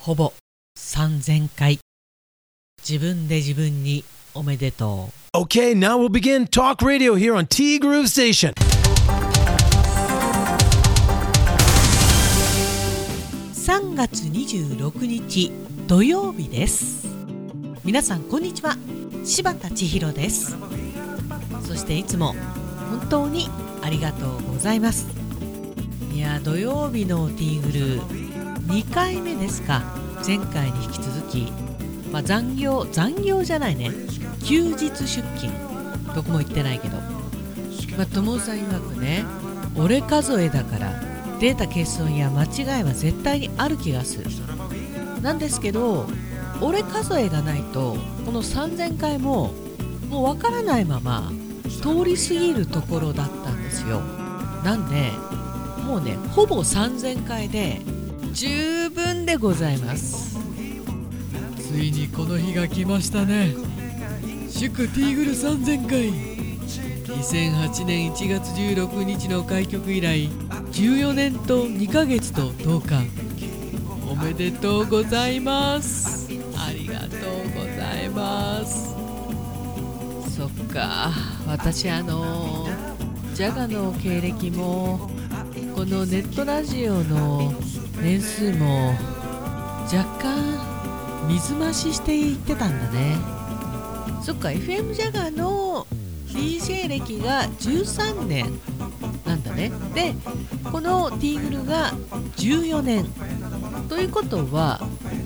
ほぼ3000回。自分で自分におめでとう。 Okay, now we'll begin Talk Radio here on T Groove Station. 3月26日土曜日です。皆さんこんにちは、柴田千尋です。そしていつも本当にありがとうございます。いや、土曜日のティーグル2回目ですか。前回に引き続き、残業じゃないね、休日出勤、どこも行ってないけど、友さん曰くね、俺数えだからデータ欠損や間違いは絶対にある気がする。なんですけど、俺数えがないとこの3000回もうわからないまま通り過ぎるところだったんですよ。なんでもうね、ほぼ3000回で十分でございます。ついにこの日が来ましたね。祝ティーグル3000回。2008年1月16日の開局以来14年と2ヶ月と10日。おめでとうございます。ありがとうございます。そっか、私ジャガの経歴もこのネットラジオの年数も若干水増ししていってたんだね。そっか、 FM ジャガの DJ 歴が13年なんだね。で、このティーグルが14年ということは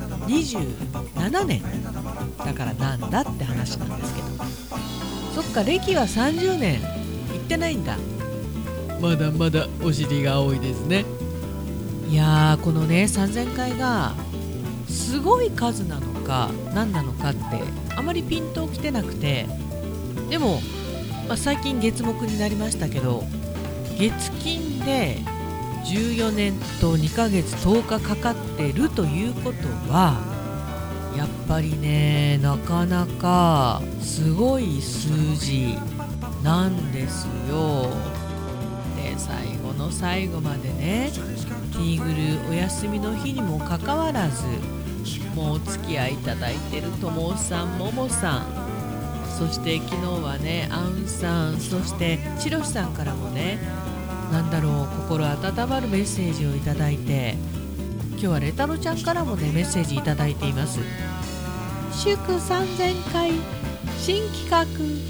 27年だからなんだって話なんですけど、そっか、歴は30年いってないんだ。まだまだお尻が多いですね。いやー、このね3000回がすごい数なのか何なのかってあまりピンときてなくて、でも、最近月木になりましたけど、月金で14年と2ヶ月10日かかってるということは、やっぱりね、なかなかすごい数字なんですよ。で、最後の最後までね、ティーグルお休みの日にもかかわらず、もうお付き合いいただいてるともさん、ももさん、そして昨日はね、あんさん、そしてちろしさんからもね、心温まるメッセージをいただいて、今日はレタロちゃんからもねメッセージいただいています。祝3000回新企画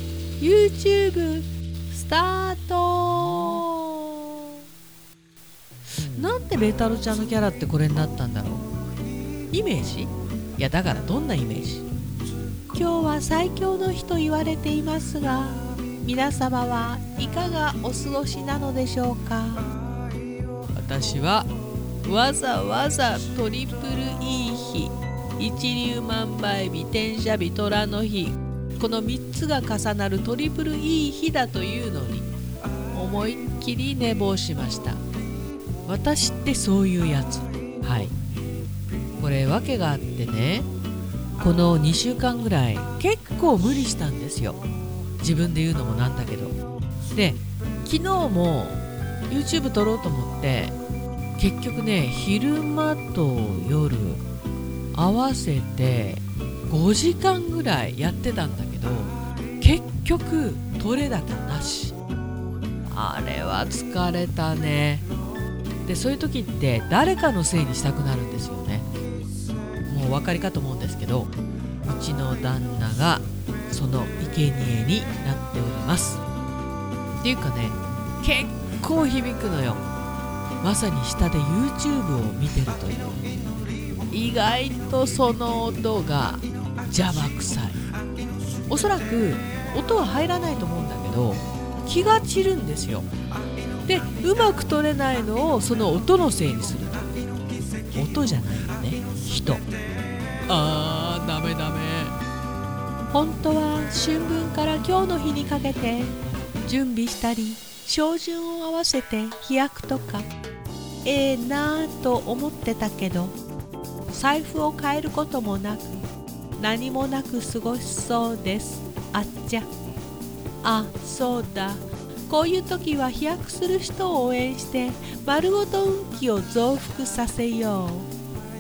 YouTube スタート。なんでレタロちゃんのキャラってこれになったんだろう。イメージ？いや、だからどんなイメージ？今日は最強の日と言われていますが、皆様はいかがお過ごしなのでしょうか。私はわざわざトリプルいい日、一粒万倍日、天赦日、虎の日、この3つが重なるトリプルいい日だというのに思いっきり寝坊しました。私ってそういうやつ。はい、これ訳があってね、この2週間ぐらい結構無理したんですよ。自分で言うのもなんだけど。で、昨日も YouTube 撮ろうと思って結局ね、昼間と夜合わせて5時間ぐらいやってたんだけど、結局撮れ高なし。あれは疲れたね。で、そういう時って誰かのせいにしたくなるんですよね。もうお分かりかと思うんですけど、うちの旦那がその生贄になっております。っていうかね、結構響くのよ。まさに下で YouTube を見てるという。意外とその音が邪魔くさい。おそらく音は入らないと思うんだけど、気が散るんですよ。で、うまく撮れないのをその音のせいにすると。音じゃないよね、人。ダメ。本当は春分から今日の日にかけて準備したり、照準を合わせて飛躍とかなぁと思ってたけど、財布を変えることもなく何もなく過ごしそうです。あっちゃ。そうだ、こういう時は飛躍する人を応援して丸ごと運気を増幅させよう。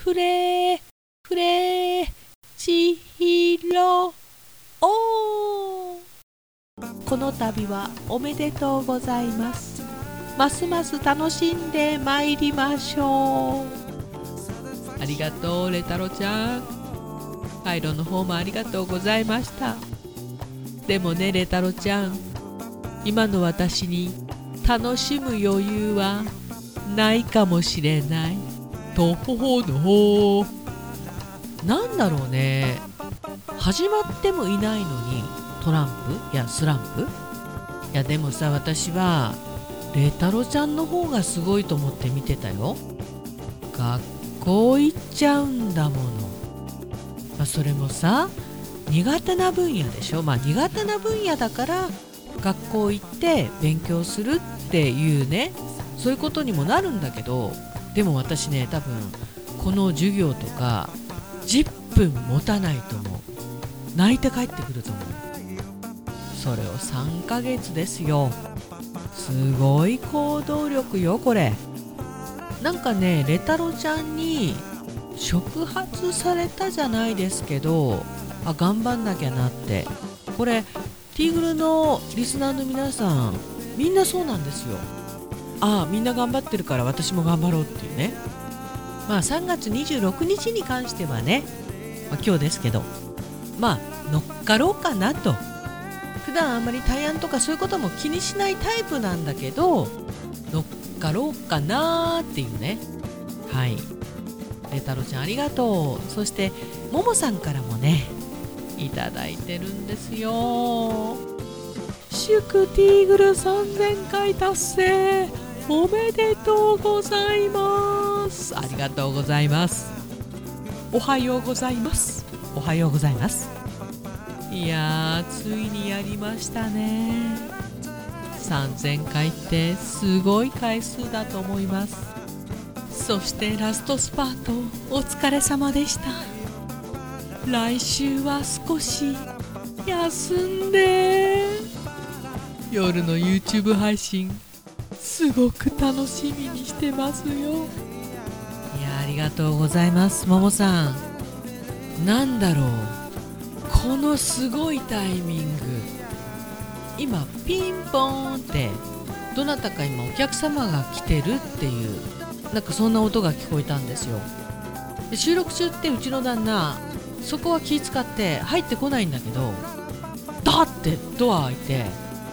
フレーフレーちひろおー、この度はおめでとうございます。ますます楽しんでまいりましょう。ありがとうレタロちゃん。カイロの方もありがとうございました。でもねレタロちゃん、今の私に楽しむ余裕はないかもしれない。とほほのほ。なんだろうね、始まってもいないのにトランプやスランプ。いやでもさ、私はレタロちゃんの方がすごいと思って見てたよ。学校行っちゃうんだもの。それもさ、苦手な分野でしょ。苦手な分野だから学校行って勉強するっていうね、そういうことにもなるんだけど、でも私ね、多分この授業とか10分持たないと思う。泣いて帰ってくると思う。それを3ヶ月ですよ。すごい行動力よこれ。なんかね、レタロちゃんに触発されたじゃないですけど、頑張んなきゃなって。これティーグルのリスナーの皆さんみんなそうなんですよ。みんな頑張ってるから私も頑張ろうっていうね。3月26日に関してはね、今日ですけど、乗っかろうかなと。普段あんまり対案とかそういうことも気にしないタイプなんだけど、乗っかろうかなっていうね。はい、レタロちゃんありがとう。そしてももさんからもねいただいてるんですよ。祝ティーグル3000回達成おめでとうございます。ありがとうございます。おはようございます。おはようございます。いやー、ついにやりましたね。3000回ってすごい回数だと思います。そしてラストスパートお疲れ様でした。来週は少し休んで、夜の YouTube 配信すごく楽しみにしてますよ。いや、ありがとうございます。ももさん、なんだろう、このすごいタイミング。今ピンポーンってどなたか今お客様が来てるっていう、なんかそんな音が聞こえたんですよ。で、収録中ってうちの旦那そこは気使って入ってこないんだけど、だってドア開いて、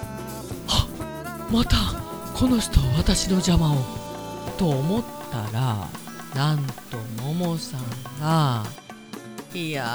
またこの人私の邪魔をと思ったら、なんとももさんがいや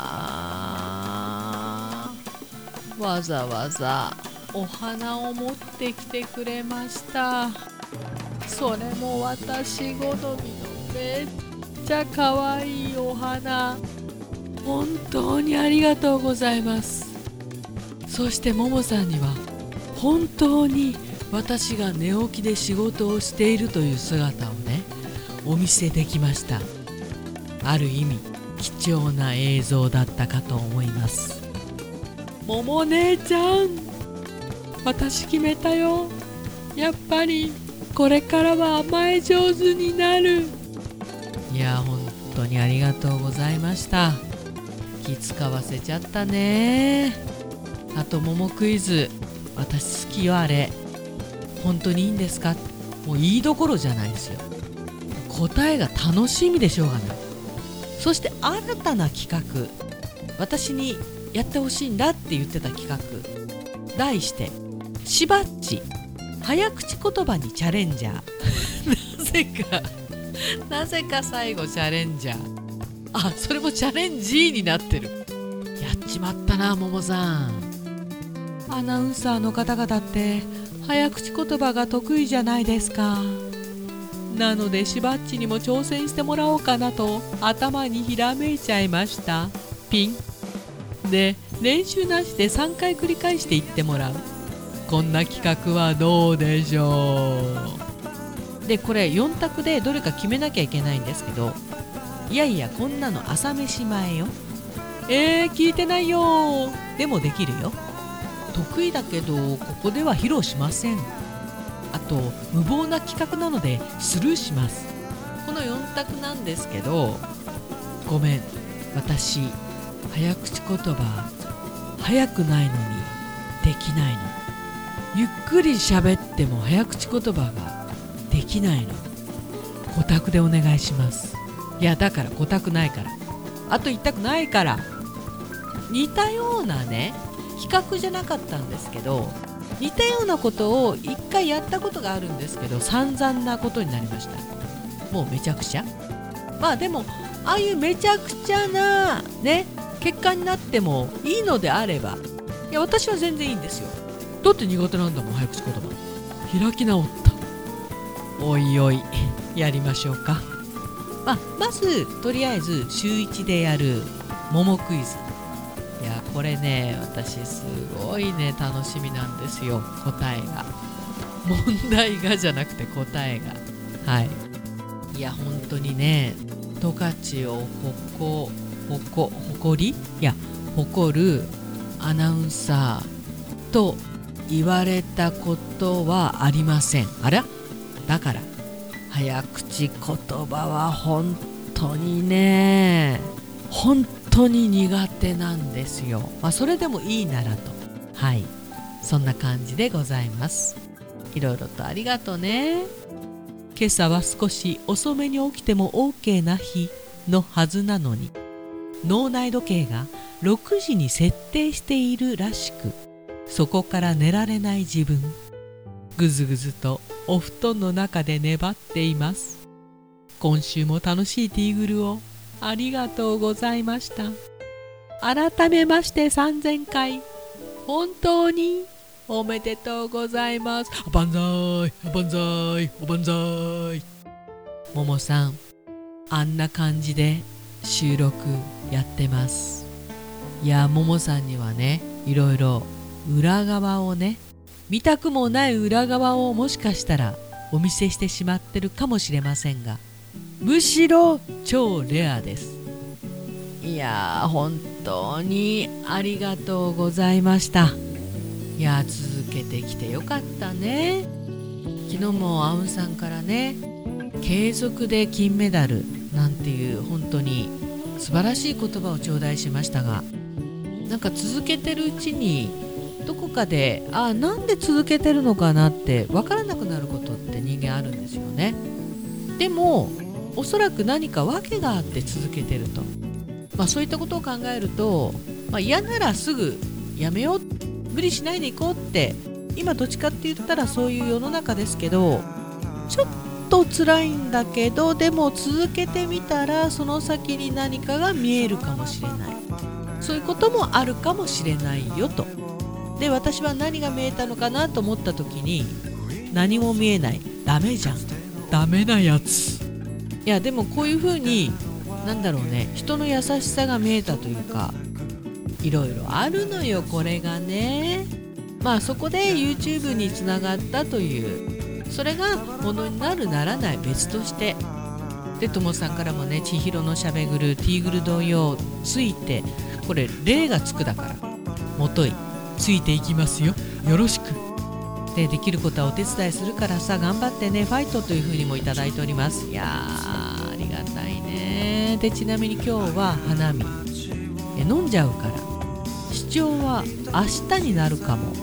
ー、わざわざお花を持ってきてくれました。それも私好みのめっちゃかわいいお花。本当にありがとうございます。そしてももさんには本当に私が寝起きで仕事をしているという姿をね、お見せできました。ある意味貴重な映像だったかと思います。もも姉ちゃん、私決めたよ。やっぱりこれからは甘え上手になる。いや、本当にありがとうございました。気使わせちゃったね。あとももクイズ、私好きよあれ。本当にいいんですか？もういいどころじゃないですよ。答えが楽しみでしょうがない。そして新たな企画、私にやってほしいんだって言ってた企画、題してしばっち早口言葉にチャレンジャーなぜか最後チャレンジャー、それもチャレンジーになってる。やっちまったな、ももさん。アナウンサーの方々って早口言葉が得意じゃないですか。なのでしばっちにも挑戦してもらおうかなと頭にひらめいちゃいました。ピンで練習なしで3回繰り返して言ってもらう、こんな企画はどうでしょう。でこれ4択でどれか決めなきゃいけないんですけど、いやいやこんなの朝飯前よ。聞いてないよ。でもできるよ。得意だけどここでは披露しません。あと無謀な企画なのでスルーします。ここの4択なんですけど、ごめん、私早口言葉早くないのにできないの。ゆっくり喋っても早口言葉ができないの。5択でお願いします。いやだから5択ないから、あと1択ないから。似たようなね、比較じゃなかったんですけど、似たようなことを1回やったことがあるんですけど、散々なことになりました。もうめちゃくちゃ。まあでもああいうめちゃくちゃなね結果になってもいいのであれば、いや私は全然いいんですよ。だって苦手なんだもん、早口言葉。開き直った。おいおいやりましょうか。まずとりあえず週1でやる桃クイズ。いやこれね、私すごいね楽しみなんですよ。答えが、問題がじゃなくて答えが。はい。いや本当にね、十勝を誇るアナウンサーと言われたことはありません。あら、だから早口言葉は本当にね、本当に苦手なんですよ。それでもいいならと。はい、そんな感じでございます。いろいろとありがとね。今朝は少し遅めに起きても OK な日のはずなのに、脳内時計が6時に設定しているらしく、そこから寝られない自分、ぐずぐずとお布団の中で粘っています。今週も楽しいティーグルをありがとうございました。改めまして3000回本当におめでとうございます。おばんざいおばんざいおばんざい。ももさん、あんな感じで収録やってます。いやももさんにはね、いろいろ裏側をね、見たくもない裏側をもしかしたらお見せしてしまってるかもしれませんが、むしろ超レアです。いや本当にありがとうございました。いや続けてきてよかったね。昨日もアウンさんからね、継続で金メダルなんていう本当に素晴らしい言葉を頂戴しましたが、なんか続けてるうちにどこかでなんで続けてるのかなって分からなくなることって人間あるんですよね。でもおそらく何か訳があって続けてると、そういったことを考えると、嫌ならすぐやめよう、無理しないでいこうって、今どっちかって言ったらそういう世の中ですけど、ちょっと辛いんだけど、でも続けてみたらその先に何かが見えるかもしれない、そういうこともあるかもしれないよと。で私は何が見えたのかなと思った時に、何も見えない、ダメじゃん、ダメなやつ。いやでもこういう風になんだろうね、人の優しさが見えたというか、いろいろあるのよこれがね。そこで YouTube につながったという、それがものになるならない別として、でともさんからもね、千尋のしゃべぐるティーグル同様ついて、これ例がつくだから、もといついていきますよ、よろしく。できることはお手伝いするからさ、頑張ってね、ファイトというふうにもいただいております。いやありがたいね。でちなみに今日は花見飲んじゃうから、視聴は明日になるかも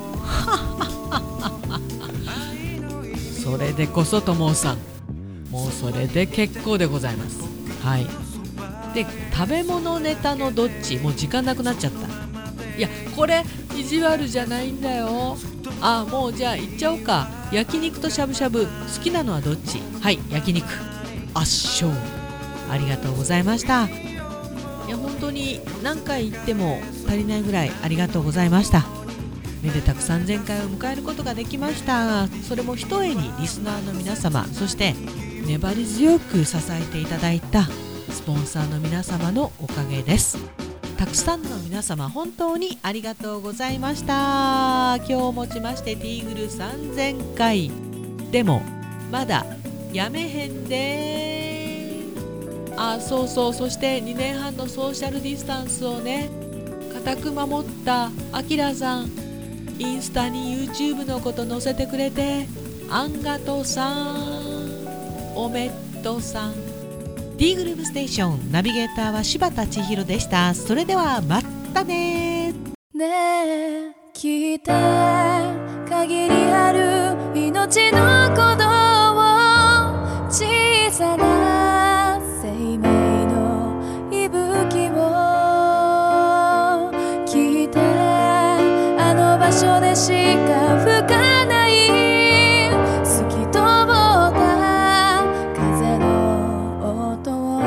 それでこそともさん、もうそれで結構でございます。はい。で食べ物ネタのどっち、もう時間なくなっちゃった。いやこれ意地悪じゃないんだよ。もうじゃあ行っちゃおうか。焼肉としゃぶしゃぶ好きなのはどっち？はい、焼肉圧勝。ありがとうございました。いや本当に何回行っても足りないぐらいありがとうございました。めでたく3000回を迎えることができました。それもひとえにリスナーの皆様、そして粘り強く支えていただいたスポンサーの皆様のおかげです。たくさんの皆様本当にありがとうございました。今日をもちましてティーグル3000回でもまだやめへんで。そうそう、そして2年半のソーシャルディスタンスをね固く守ったあきらさん、インスタに YouTube のこと載せてくれて、アンガトさん、おめっとさん、 T グループステーションナビゲーターは柴田千尋でした。それではまたね。 ねえ聞いて、限りある命の鼓動を、小さな生命の息吹を聞いて、あの場所でしか吹かない透き通った風の音を、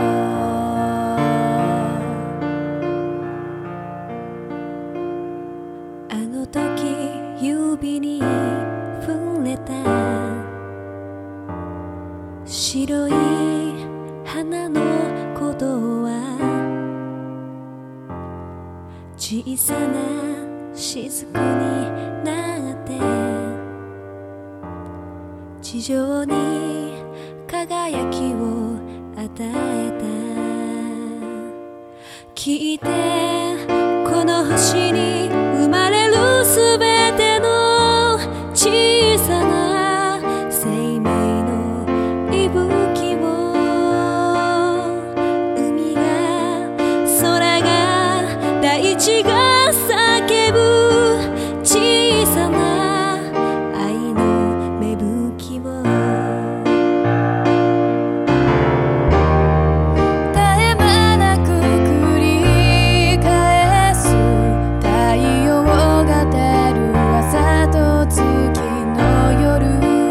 あの時指に触れた白い花の鼓動は、小さな雫になって地上に輝きを与えた。聞いて、この星に生まれるすべての小さな生命の息吹を、海が空が大地が叫ぶ小さな愛の芽吹きを、絶え間なく繰り返す太陽が照る朝と月の夜、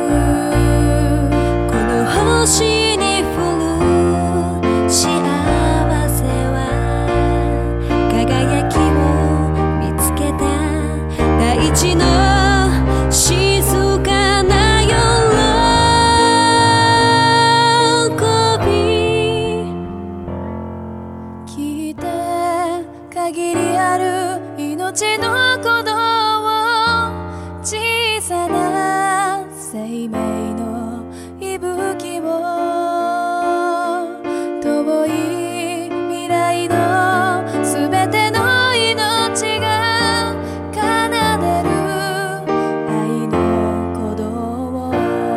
この星に降る幸せは、輝きを見つけた大地の静かな喜び。聞いて、限りある命の鼓動を、小さな生命の息吹を、遠い未来のすべての命が奏でる愛の鼓動を、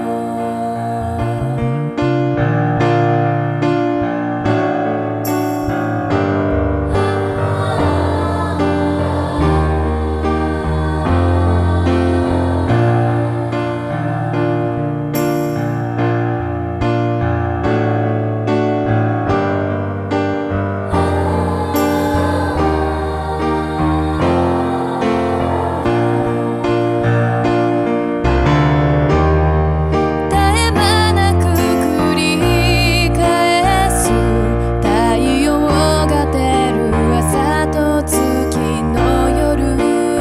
絶え間なく繰り返す太陽が照る朝と月の夜、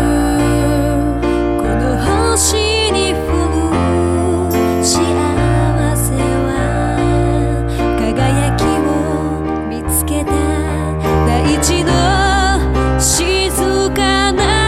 この星に降る幸せは、輝きを見つけた大地の静かな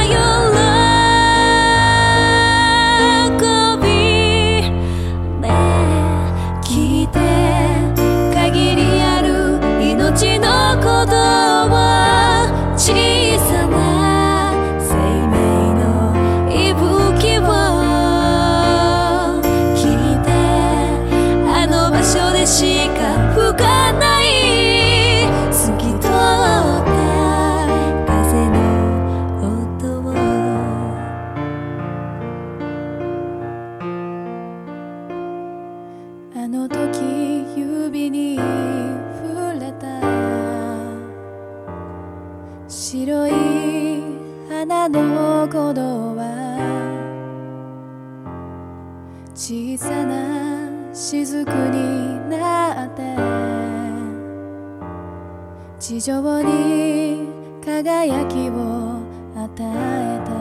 喜び。ねえ聞いて、限りある命の鼓動を、小さな生命の息吹を聞いて、あの場所でしか吹かない透き通った風の音を、あの時指に触れた白い花の鼓動は、小さな雫になって地上に輝きを与えた。